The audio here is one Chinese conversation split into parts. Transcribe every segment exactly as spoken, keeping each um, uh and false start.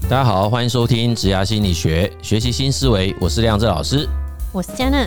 大家好，欢迎收听职涯心理学，学习新思维。我是亮正老师， 我是嘉娜。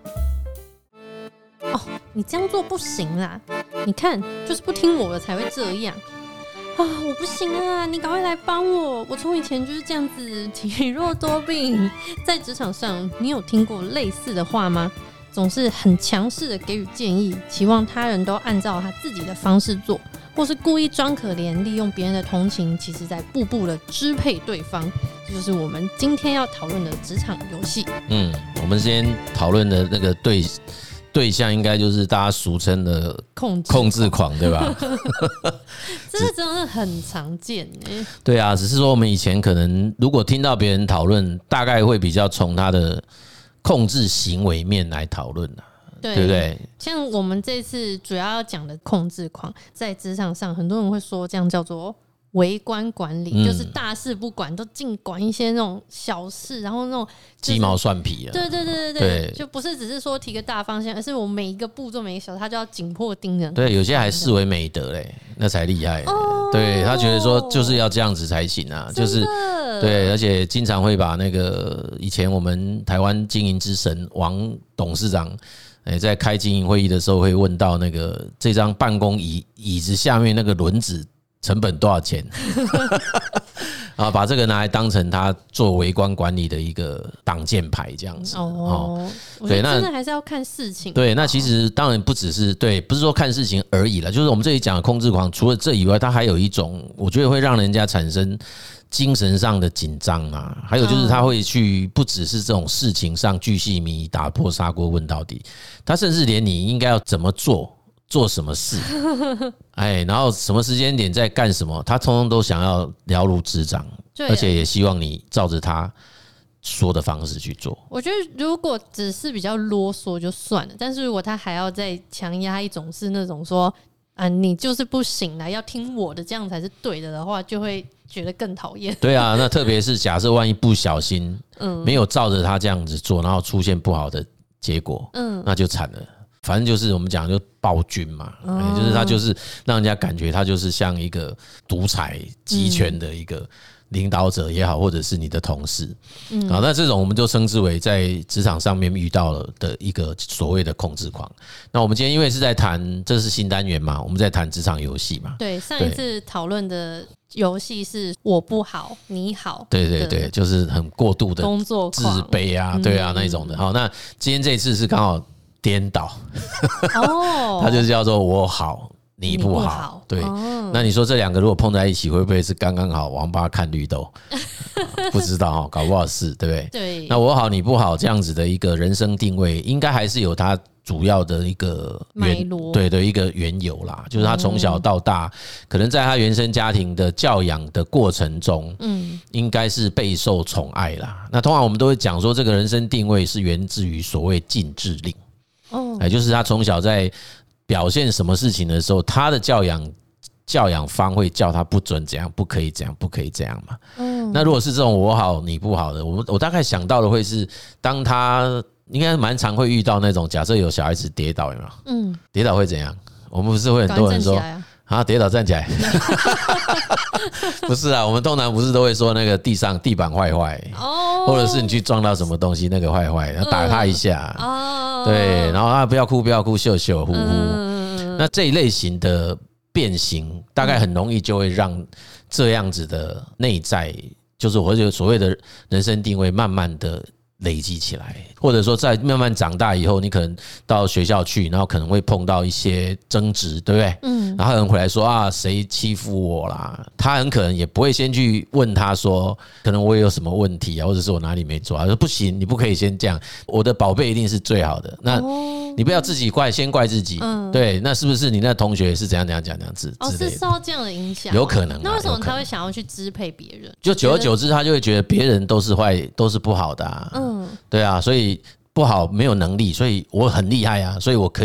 哦，你这样做不行啦！你看，就是不听我的才会这样啊！我不行啊，你赶快来帮我！我从以前就是这样子，体弱多病。在职场上，你有听过类似的话吗？总是很强势的给予建议，期望他人都按照他自己的方式做，或是故意装可怜，利用别人的同情，其实在步步的支配对方。这就是我们今天要讨论的职场游戏。 嗯，我们今天讨论的那个对对象，应该就是大家俗称的控制控制狂，对吧？ 这个真的很常见耶。 对啊，只是说我们以前可能如果听到别人讨论，大概会比较从他的控制行为面来讨论啊，对不对？ 像我们这次主要要讲的控制狂，在职场上很多人会说这样叫做微观管理，嗯、就是大事不管，都尽管一些那种小事，然后那种、就是、 鸡毛蒜皮啊。 对对对对对，就不是只是说提个大方向，而是我每一个步骤每一个小事，他就要紧迫盯人。 对，有些还视为美德嘞，那才厉害。哦、对他觉得说就是要这样子才行啊，就是对，而且经常会把那个以前我们台湾经营之神王董事长。在开经营会议的时候会问到那个这张办公椅椅子下面那个轮子成本多少钱啊？把这个拿来当成他做微观管理的一个挡箭牌这样子。 哦，对，那真的还是要看事情。 对，那其实当然不只是对，不是说看事情而已啦，就是我们这里讲的控制狂，除了这以外，它还有一种我觉得会让人家产生精神上的紧张啊，还有就是他会去不只是这种事情上巨细靡遗打破砂锅问到底，他甚至连你应该要怎么做做什么事哎，然后什么时间点在干什么，他通通都想要了如指掌，而且也希望你照着他说的方式去做。 我觉得如果只是比较啰嗦就算了，但是如果他还要再强压一种是那种说啊，你就是不行啦，要听我的，这样才是对的的话，就会觉得更讨厌。 对啊，那特别是假设万一不小心，嗯，没有照着他这样子做，然后出现不好的结果，嗯，那就惨了。反正就是我们讲就暴君嘛，哦欸、就是他就是让人家感觉他就是像一个独裁集权的一个领导者也好，或者是你的同事，嗯，好，那这种我们就称之为在职场上面遇到了的一个所谓的控制狂。那我们今天因为是在谈，这是新单元嘛，我们在谈职场游戏嘛。 对，上一次讨论的游戏是我不好你好， 对对对，就是很过度的工作自卑啊，对啊那种的。好，那今天这一次是刚好颠倒，哦，它就叫做我好你不好，不好对、哦。那你说这两个如果碰在一起，会不会是刚刚好王八看绿豆？不知道哦，搞不好是，对不对？ 对。 那我好你不好这样子的一个人生定位，应该还是有它主要的一个缘，对的一个缘由啦，就是他从小到大，可能在他原生家庭的教养的过程中，嗯，应该是备受宠爱啦。那通常我们都会讲说，这个人生定位是源自于所谓禁制令。哦，也就是他从小在表现什么事情的时候，他的教养教养方会叫他不准怎样，不可以怎样，不可以这样嘛。嗯，那如果是这种我好你不好的，我我大概想到的会是，当他应该蛮常会遇到那种，假设有小孩子跌倒，有没有？嗯，跌倒会怎样？我们不是会很多人说啊，跌倒站起来，不是啊，我们通常不是都会说那个地上地板坏坏，哦，或者是你去撞到什么东西那个坏坏，然后打他一下，哦，对，然后啊不要哭不要哭，秀秀呼呼，那这一类型的变形，大概很容易就会让这样子的内在，就是我觉得所谓的人生定位，慢慢的累积起来，或者说在慢慢长大以后，你可能到学校去，然后可能会碰到一些争执，对不对？嗯，然后有人回来说啊，谁欺负我啦？他很可能也不会先去问他说，可能我也有什么问题啊，或者是我哪里没做，他说不行，你不可以先这样，我的宝贝一定是最好的。那你不要自己怪，先怪自己。嗯，对，那是不是你那同学是怎样怎样讲这样子？ 哦，是受到这样的影响， 有可能。 那为什么他会想要去支配别人？ 就久而久之，他就会觉得别人都是坏，都是不好的啊。嗯，对啊，所以不好没有能力，所以我很厉害啊，所以我可以来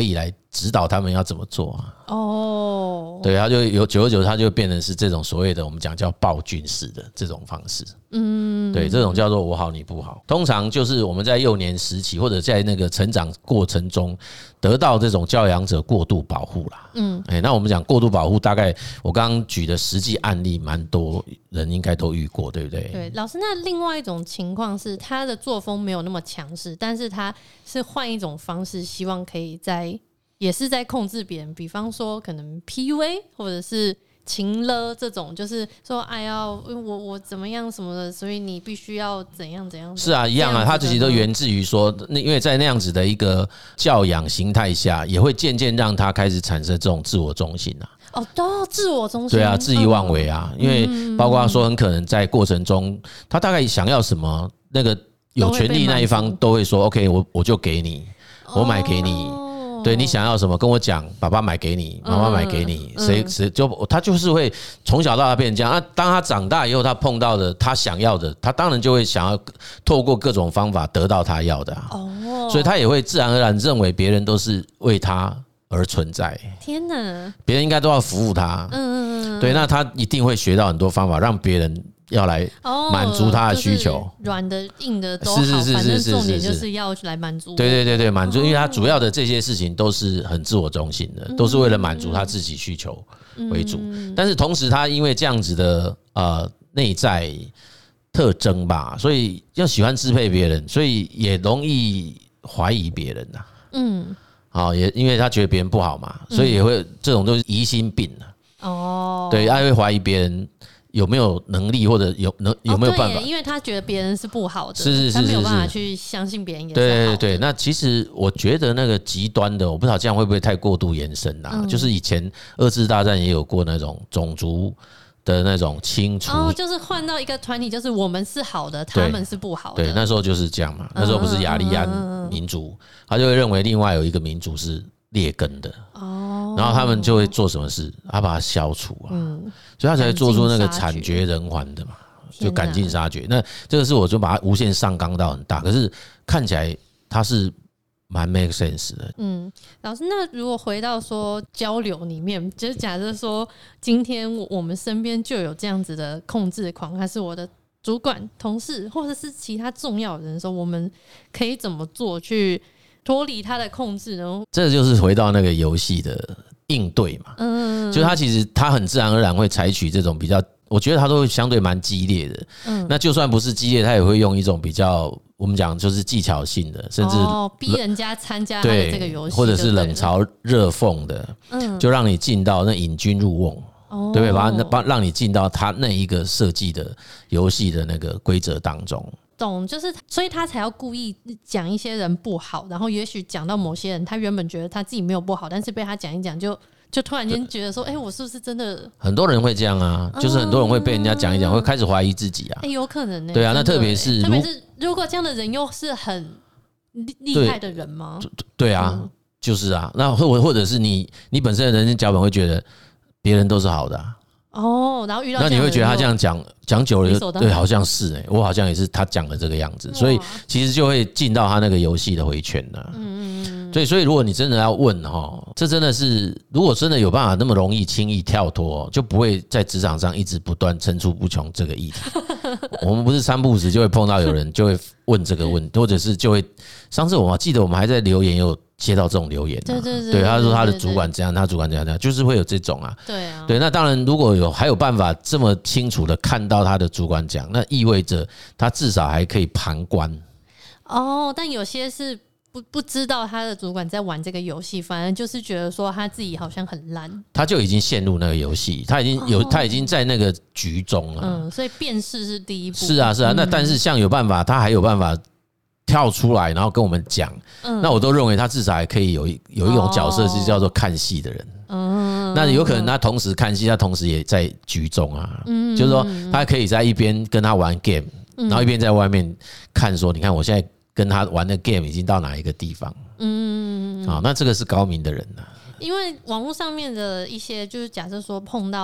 指导他们要怎么做啊。 哦， 对，他就有久而久之，他就变成是这种所谓的我们讲叫暴君式的这种方式。嗯，对，这种叫做我好你不好。通常就是我们在幼年时期或者在那个成长过程中得到这种教养者过度保护啦。嗯，哎，那我们讲过度保护，大概我刚刚举的实际案例，蛮多人应该都遇过，对不对？ 对，老师，那另外一种情况是他的作风没有那么强势，但是他是换一种方式，希望可以在也是在控制别人，比方说可能 P U A 或者是情勒这种，就是说哎呀我我怎么样什么的，所以你必须要怎样怎样。 是啊，一样啊，它其实都源自于说，因为在那样子的一个教养形态下，也会渐渐让他开始产生这种自我中心啊。 哦，都自我中心， 对啊，恣意妄为啊，因为包括说很可能在过程中，他大概想要什么，那个有权利那一方都会说 OK， 我我就给你，我买给你。哦，对，你想要什么跟我讲，爸爸买给你，妈妈买给你，谁谁就他就是会从小到大变成这样。那当他长大以后，他碰到的他想要的，他当然就会想要透过各种方法得到他要的啊。哦，所以他也会自然而然认为别人都是为他而存在。 天哪， 别人应该都要服务他。嗯，对，那他一定会学到很多方法，让别人要来满足他的需求， 软的硬的都好，反正重点就是要来满足。 对对对对，满足，因为他主要的这些事情都是很自我中心的，都是为了满足他自己需求为主。但是同时，他因为这样子的呃内在特征吧，所以要喜欢支配别人，所以也容易怀疑别人呐。嗯，好，也因为他觉得别人不好嘛，所以也会这种都是疑心病啊。哦，对，他会怀疑别人有没有能力，或者有能有没有办法？ 哦，因为他觉得别人是不好的， 是是是是， 他没有办法去相信别人也是好的。 对对对，那其实我觉得那个极端的，我不知道这样会不会太过度延伸啦。嗯，就是以前二次大战也有过那种种族的那种清除， 哦，就是换到一个团体，就是我们是好的，他们是不好的。 对，那时候就是这样嘛。那时候不是雅利安民族，他就会认为另外有一个民族是劣根的。哦，然后他们就会做什么事？他把它消除啊，嗯，所以他才会做出那个惨绝人寰的嘛，就赶尽杀绝。那这个是我就把它无限上纲到很大，可是看起来它是蛮 make sense 的。 嗯，老师，那如果回到说交流里面，就是假设说今天我们身边就有这样子的控制狂，他是我的主管、同事，或者是其他重要的人的时候，我们可以怎么做去脱离他的控制呢？ 这就是回到那个游戏的应对嘛。嗯，就他其实他很自然而然会采取这种比较，我觉得他都会相对蛮激烈的。嗯，那就算不是激烈，他也会用一种比较我们讲就是技巧性的，甚至哦逼人家参加他的这个游戏， 或者是冷嘲热讽的，嗯，就让你进到那引君入瓮。哦，对不对？把把让你进到他那一个设计的游戏的那个规则当中。 懂，就是所以他才要故意讲一些人不好，然后也许讲到某些人，他原本觉得他自己没有不好，但是被他讲一讲，就就突然间觉得说，哎、欸，我是不是真的？ 很多人会这样啊，就是很多人会被人家讲一讲，会开始怀疑自己啊。 哎、欸，有可能呢、欸。 对啊，那特别是特别是如果这样的人又是很厉害的人吗？ 对, 对啊、嗯，就是啊，那或或者是你你本身的人生脚本会觉得别人都是好的啊。 哦，然后遇到那你会觉得他这样讲讲久了就，对，好像是哎、欸，我好像也是他讲的这个样子，所以其实就会进到他那个游戏的回圈了。嗯嗯，所以所以如果你真的要问哈，这真的是如果真的有办法那么容易轻易跳脱，就不会在职场上一直不断层出不穷这个议题。我们不是三不五时就会碰到有人就会问这个问题，或者是就会上次我记得我们还在留言有接到这种留言、啊， 对对 对, 对，他说他的主管怎样，他主管怎样怎样，就是会有这种啊， 对啊， 对，那当然如果有还有办法这么清楚的看到他的主管讲，那意味着他至少还可以旁观。 哦，但有些是不不知道他的主管在玩这个游戏，反而就是觉得说他自己好像很烂， 他就已经陷入那个游戏，他已经有、哦、他已经在那个局中了。 嗯，所以辨识是第一步。 是啊是啊，嗯、那但是像有办法，他还有办法跳出来，然后跟我们讲、嗯，那我都认为他至少还可以有一有一种角色是叫做看戏的人。嗯，那有可能他同时看戏，他同时也在局中啊。嗯，就是说他可以在一边跟他玩 game，、嗯、然后一边在外面看说，你看我现在跟他玩的 game 已经到哪一个地方。嗯，好，那这个是高明的人啊。 因为网络上面的一些，就是假设说碰到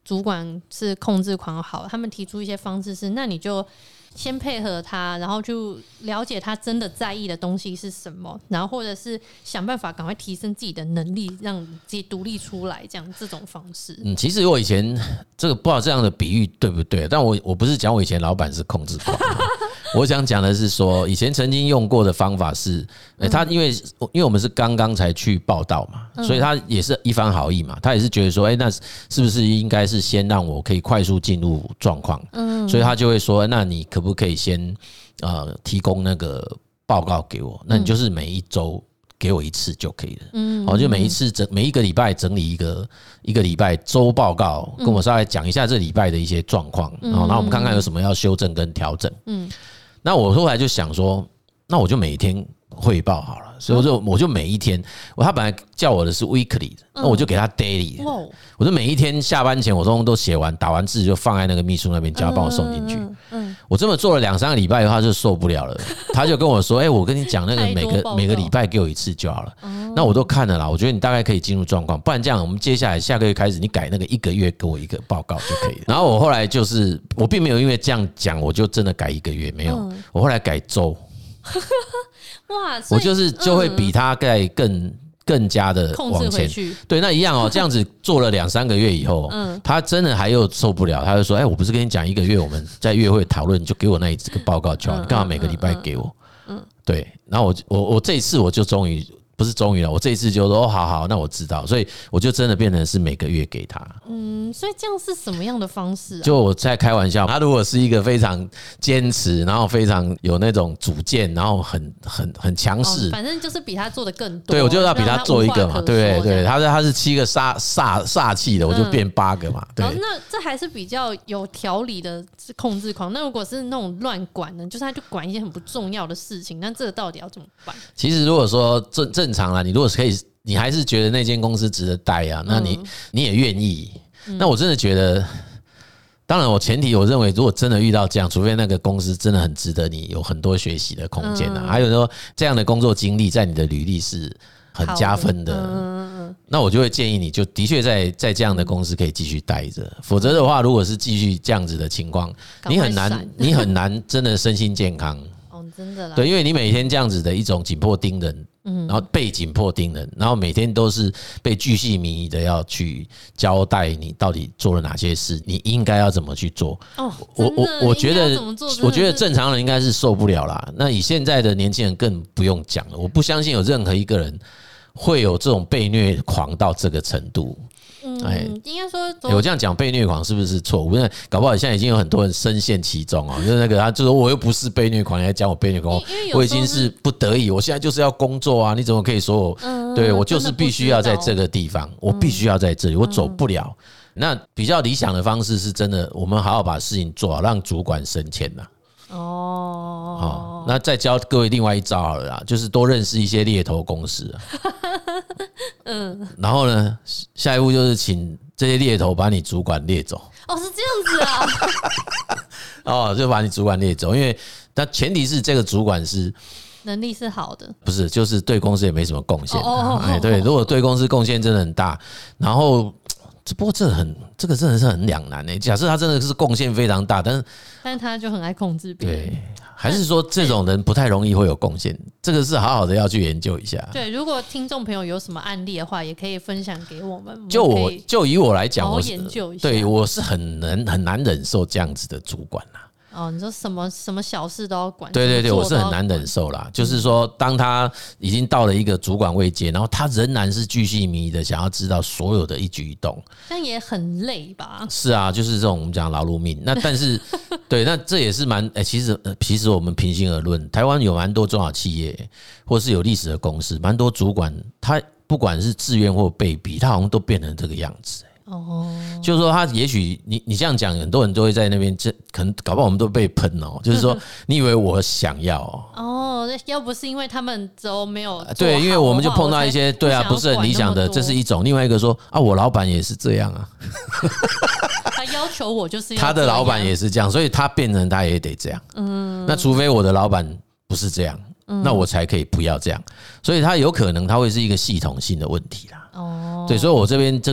主管是控制狂好，他们提出一些方式是，那你就先配合他，然后就了解他真的在意的东西是什么，然后或者是想办法赶快提升自己的能力，让自己独立出来，这样这种方式。 嗯，其实我以前这个不知道这样的比喻对不对，但我我不是讲我以前老板是控制狂。我想讲的是说，以前曾经用过的方法是，欸、他因为因为我们是刚刚才去报道嘛，所以他也是一番好意嘛，他也是觉得说，哎、欸，那是不是应该是先让我可以快速进入状况？嗯，所以他就会说，那你可不可以先呃提供那个报告给我？那你就是每一周给我一次就可以了。嗯，好，就每一次整每一个礼拜整理一个一个礼拜周报告，跟我稍微讲一下这礼拜的一些状况，然后我们看看有什么要修正跟调整。嗯。那我后来就想说，那我就每天汇报好了，所以我就我就每一天，我他本来叫我的是 weekly 的，那我就给他 daily 的，我就每一天下班前我都都写完，打完字就放在那个秘书那边，叫他帮我送进去。我这么做了两三个礼拜以后，他就受不了了，他就跟我说：“哎，我跟你讲，那个每个每个礼拜给我一次就好了。”那我都看了啦，我觉得你大概可以进入状况，不然这样，我们接下来下个月开始，你改那个一个月给我一个报告就可以了。然后我后来就是，我并没有因为这样讲，我就真的改一个月，没有，我后来改周。哇，我就是就会比他在更。更加的往前，对，那一样哦，这样子做了两三个月以后，嗯，他真的还又受不了，他就说：“哎，我不是跟你讲一个月我们在月会讨论，就给我那一个报告就好，你干嘛每个礼拜给我？”嗯，对，然后我我我这一次我就终于。不是终于了，我这一次就说哦，好好，那我知道，所以我就真的变成是每个月给他。 嗯，所以这样是什么样的方式啊？ 就我在开玩笑，他如果是一个非常坚持，然后非常有那种主见，然后很很很强势、哦， 反正就是比他做的更多。 对，我就要比他做一个嘛，对对，他是他是七个煞煞煞气的，我就变八个嘛。嗯、对， 那这还是比较有条理的控制狂。那如果是那种乱管的，就是他就管一些很不重要的事情，那这个到底要怎么办？ 其实如果说正正常啦，你如果是可以，你还是觉得那间公司值得待啊，那你你也愿意。那我真的觉得，当然我前提我认为，如果真的遇到这样，除非那个公司真的很值得你有很多学习的空间啊，还有说这样的工作经历在你的履历是很加分的，那我就会建议你就的确在在这样的公司可以继续待着。否则的话，如果是继续这样子的情况，你很难你很难真的身心健康。 真的啦， 对，因为你每天这样子的一种紧迫盯人，然后被紧迫盯人，然后每天都是被巨细靡遗的要去交代你到底做了哪些事，你应该要怎么去做。哦，我我我觉得，我觉得正常人应该是受不了啦。那以现在的年轻人更不用讲了，我不相信有任何一个人会有这种被虐狂到这个程度。 嗯，应该说， 我这样讲被虐狂是不是错误？因为搞不好现在已经有很多人深陷其中哦，就是那个他就说我又不是被虐狂，你还讲我被虐狂，我已经是不得已，我现在就是要工作啊，你怎么可以说我？嗯、对我就是必须要在这个地方，我必须要在这里，我走不了。那比较理想的方式是真的，我们好好把事情做好，让主管升迁呐。哦，好，那再教各位另外一招好了啦，就是多认识一些猎头公司啊。嗯，然后呢，下一步就是请这些猎头把你主管猎走。 哦，是这样子啊。 哦，就把你主管猎走，因为但前提是这个主管是能力是好的， 不是就是对公司也没什么贡献。哎，对，如果对公司贡献真的很大，然后。不过这很，这个真的是很两难诶。假设他真的是贡献非常大，但是但是他就很爱控制别人。 对，还是说这种人不太容易会有贡献？这个是好好的要去研究一下。 对，如果听众朋友有什么案例的话，也可以分享给我们。 就我就以我来讲， 我研究一下。 对，我是很难很难忍受这样子的主管啦。 哦，你说什么什么小事都要管？ 对对对，我是很难忍受啦。就是说，当他已经到了一个主管位阶，然后他仍然是巨细靡遗的想要知道所有的一举一动， 这样也很累吧？ 是啊，就是这种我们讲劳碌命。那但是，对，那这也是蛮哎、欸，其实其实我们平心而论，台湾有蛮多中小企业或是有历史的公司，蛮多主管他不管是自愿或被逼，他好像都变成这个样子、欸。哦，就是说他也许你你这样讲，很多人都会在那边，这可能搞不好我们都被喷哦。就是说，你以为我想要哦，要不是因为他们都没有对，因为我们就碰到一些对啊，不是很理想的，这是一种；另外一个说啊，我老板也是这样啊， 他要求我就是要他的老板也是这样，所以他变成他也得这样。嗯，那除非我的老板不是这样，那我才可以不要这样。所以他有可能他会是一个系统性的问题啦。哦，对，所以我这边这个。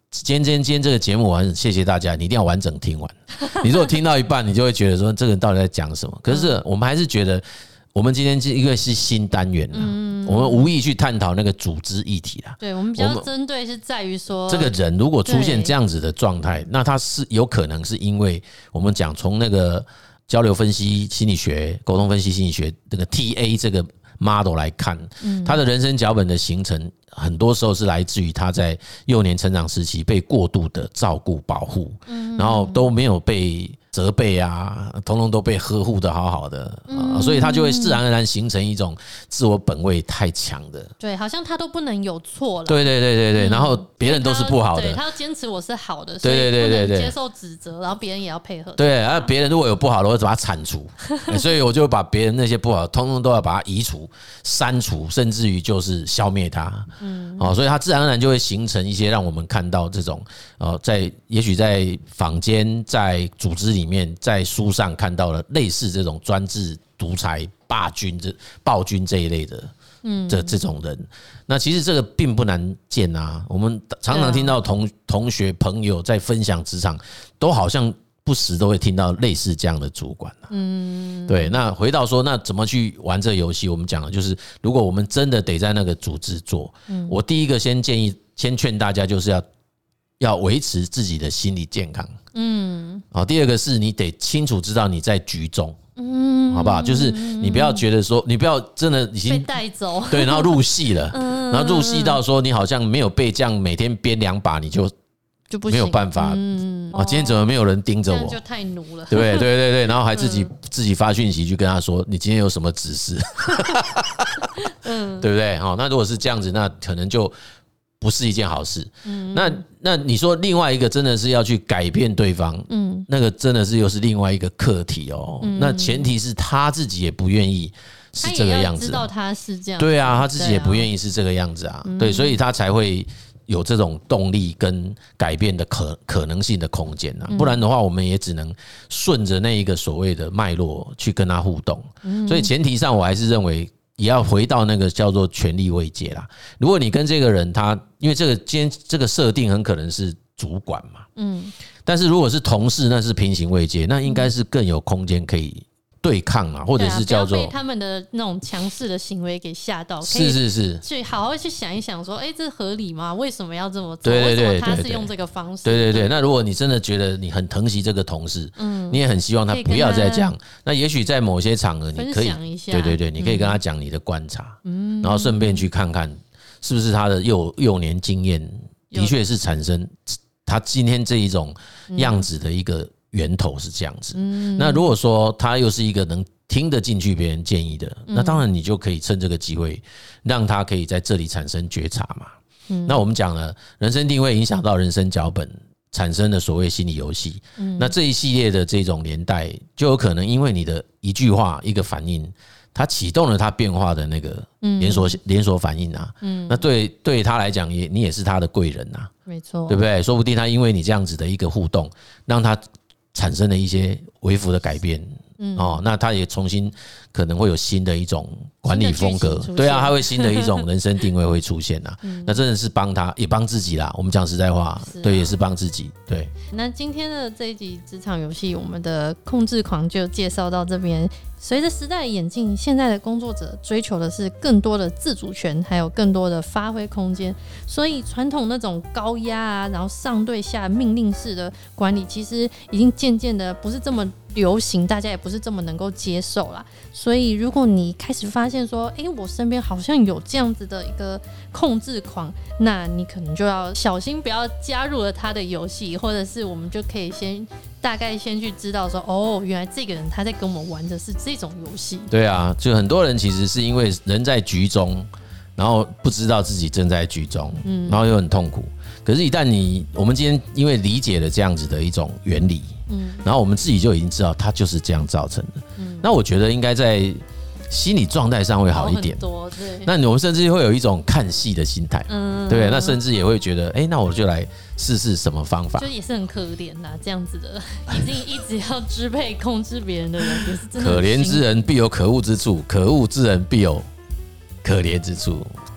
今天今天这个节目，我很谢谢大家，你一定要完整听完。你如果听到一半，你就会觉得说这个人到底在讲什么？可是我们还是觉得，我们今天因为是新单元啦，嗯、我们无意去探讨那个组织议题啦。 对，我们比较针对是在于说， 这个人如果出现这样子的状态，那他是有可能是因为我们讲从那个交流分析心理学、沟通分析心理学这个 T A 这个 model 来看，他的人生脚本的形成，很多时候是来自于他在幼年成长时期被过度的照顾保护，然后都没有被责备啊，通通都被呵护的好好的，所以他就会自然而然形成一种自我本位太强的， 对，好像他都不能有错了， 对对对对对，然后别人都是不好的， 对，他要坚持我是好的，所以不能接受指责，然后别人也要配合， 对，然后别人如果有不好的，我就把它铲除，所以我就把别人那些不好的，通通都要把它移除、删除，甚至于就是消灭它，嗯，哦，所以他自然而然就会形成一些让我们看到这种，呃，在也许在坊间、在组织里面、在书上看到了类似这种专制、独裁、霸君、这暴君这一类的，嗯，这这种人，那其实这个并不难见啊。我们常常听到同同学、朋友在分享职场，都好像不时都会听到类似这样的主管啊。嗯，对。那回到说，那怎么去玩这个游戏？我们讲的就是，如果我们真的得在那个组织做，我第一个先建议、先劝大家，就是要要维持自己的心理健康。嗯，好。第二个是你得清楚知道你在局中。嗯，好不好？就是你不要觉得说，你不要真的已经被带走， 对，然后入戏了，然后入戏到说你好像没有被这样每天编两把，你就就不没有辦法。嗯，今天怎么没有人盯着我？ 就太奴了。 对对对对，然后还自己自己发讯息去跟他说，你今天有什么指示？嗯，对不对？好，那如果是这样子，那可能就不是一件好事。嗯，那那你说另外一个真的是要去改变对方，嗯，那个真的是又是另外一个课题哦。嗯，那前提是他自己也不愿意是这个样子， 知道他是这样， 对啊，他自己也不愿意是这个样子啊，对，所以他才会有这种动力跟改变的可可能性的空间啊。不然的话，我们也只能顺着那一个所谓的脉络去跟他互动。所以前提上，我还是认为。也要回到那个叫做权力位阶啦。如果你跟这个人他，因为这个今天这个设定很可能是主管嘛，嗯，但是如果是同事，那是平行位阶，那应该是更有空间可以对抗啊，或者是叫做、 啊、不要被他们的那种强势的行为给吓到， 是是是， 去好好去想一想说，哎、欸，这合理吗？为什么要这么做？ 对对对对对， 为什么他是用这个方式？ 对对对，那如果你真的觉得你很疼惜这个同事，嗯，你也很希望他不要再这样，那也许在某些场合你可以，对对对，你可以跟他讲你的观察，嗯，然后顺便去看看是不是他的幼幼年经验的确是产生他今天这一种样子的一个源头是这样子。那如果说他又是一个能听得进去别人建议的，那当然你就可以趁这个机会让他可以在这里产生觉察嘛。那我们讲了人生定位影响到人生脚本产生的所谓心理游戏，那这一系列的这种连带就有可能因为你的一句话一个反应，它启动了它变化的那个连锁连锁反应啊。那对对他来讲也你也是他的贵人啊， 没错， 对不对？说不定他因为你这样子的一个互动，让他产生了一些微幅的改变。哦，那他也重新可能会有新的一种管理风格，对啊，他会新的一种人生定位会出现啊。那真的是帮他，也帮自己啦。我们讲实在话，啊、对，也是帮自己。对。 那今天的这一集职场游戏，我们的控制狂就介绍到这边。随着时代的演进，现在的工作者追求的是更多的自主权，还有更多的发挥空间。所以传统那种高压啊，然后上对下命令式的管理，其实已经渐渐的不是这么流行，大家也不是这么能够接受啦。所以如果你开始发现说，哎、欸，我身边好像有这样子的一个控制狂，那你可能就要小心，不要加入了他的游戏，或者是我们就可以先大概先去知道说，哦，原来这个人他在跟我们玩的是这种游戏。 对啊，就很多人其实是因为人在局中，然后不知道自己正在局中，嗯，然后又很痛苦。可是，一旦你我们今天因为理解了这样子的一种原理，嗯，然后我们自己就已经知道它就是这样造成的。嗯，那我觉得应该在心理状态上会好一点。 好很多，对。 那我们甚至会有一种看戏的心态，嗯，对。那甚至也会觉得，哎、欸，那我就来试试什么方法。 就也是很可怜呐，这样子的，已经一直要支配控制别人的人，也是真的。 可怜之人必有可恶之处，可恶之人必有可怜之处。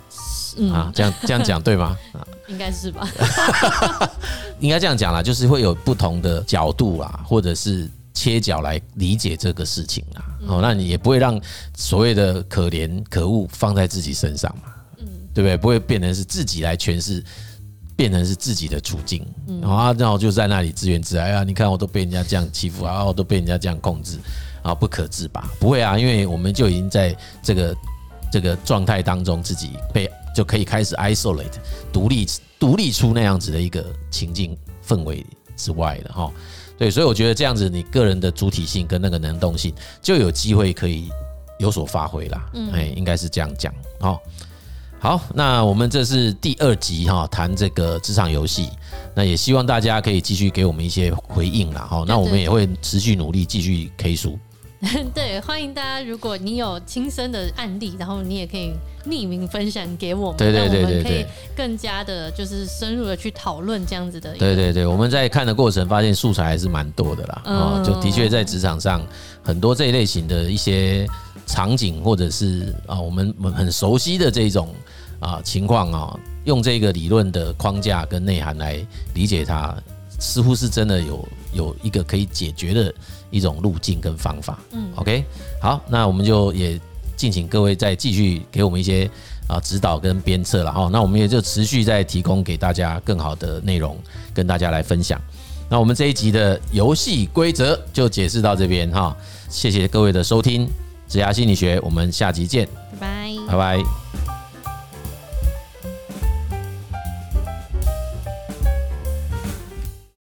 嗯、 啊，这样这样讲对吗？ 应该是吧。 应该这样讲啦，就是会有不同的角度啦，或者是切角来理解这个事情啦。哦，那你也不会让所谓的可怜可恶放在自己身上嘛，嗯，对不对？不会变成是自己来诠释，变成是自己的处境，然后然后就在那里自怨自艾啊！你看我都被人家这样欺负啊，我都被人家这样控制啊，不可自拔。不会啊，因为我们就已经在这个这个状态当中，自己被就可以开始 isolate 独立独立出那样子的一个情境氛围之外了哈。对，所以我觉得这样子，你个人的主体性跟那个能动性就有机会可以有所发挥啦。嗯，哎，应该是这样讲。好，好，那我们这是第二集哈，谈这个职场游戏。那也希望大家可以继续给我们一些回应啦。哈，那我们也会持续努力，继续 K 书。 对，欢迎大家，如果你有亲身的案例，然后你也可以匿名分享给我们， 对对对对对， 让我们可以更加的，就是深入的去讨论这样子的。 对对对，我们在看的过程发现素材还是蛮多的啦。嗯、哦，就的确在职场上很多这一类型的一些场景，或者是啊我们很熟悉的这种啊情况啊，用这个理论的框架跟内涵来理解它，似乎是真的有有一个可以解决的一种路径跟方法。嗯 ，OK， 好，那我们就也敬请各位再继续给我们一些啊指导跟鞭策了哈。那我们也就持续在提供给大家更好的内容跟大家来分享。那我们这一集的游戏规则就解释到这边哈，谢谢各位的收听，职涯心理学，我们下集见， 拜拜， 拜拜。